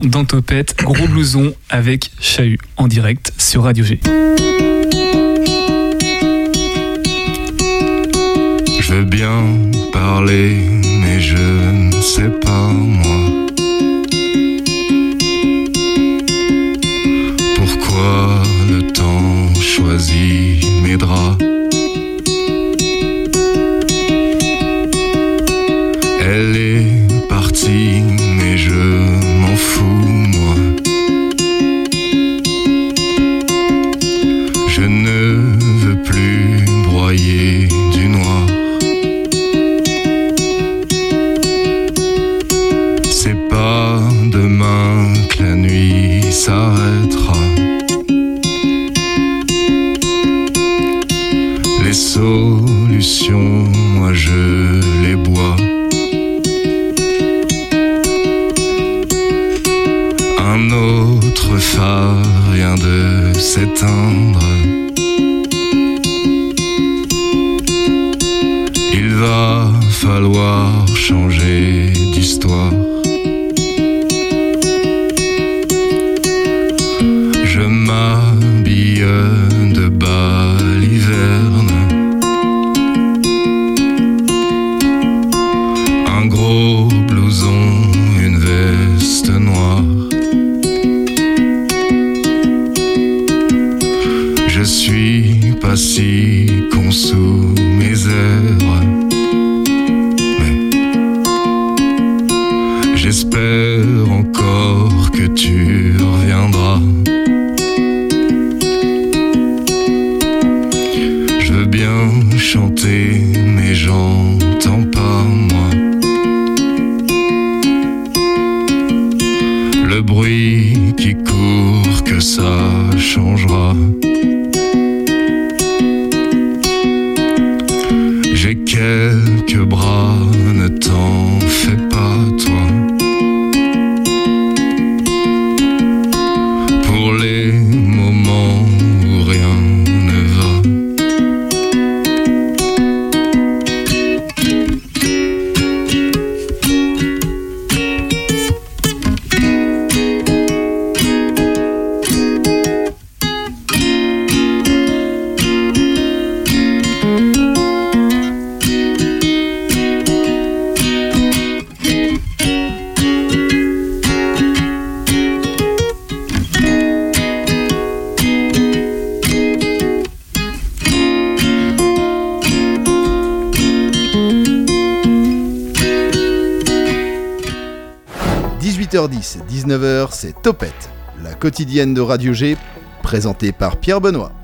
dans Topette, Gros Blouson avec Chahut en direct sur Radio G. Je veux bien parler, mais je ne sais pas moi. Pourquoi le temps choisit mes draps? Elle est partie, mais je m'en fous, moi. Je ne veux plus broyer du noir. C'est pas demain que la nuit s'arrêtera. Les solutions, moi je les bois. Un autre phare vient de s'éteindre. Il va falloir changer d'histoire. Je m'habille de baliverne. Un gros blouson, une veste noire. Je suis pas si con sous mes heures, mais j'espère encore que tu reviendras. Je veux bien chanter, mais j'entends pas moi. Le bruit qui court, que ça changera. J'ai quelques bras, ne t'en fais pas toi. Pour les moments où rien ne va. 18h10, 19h, c'est Topette, la quotidienne de Radio G, présentée par Pierre Benoît.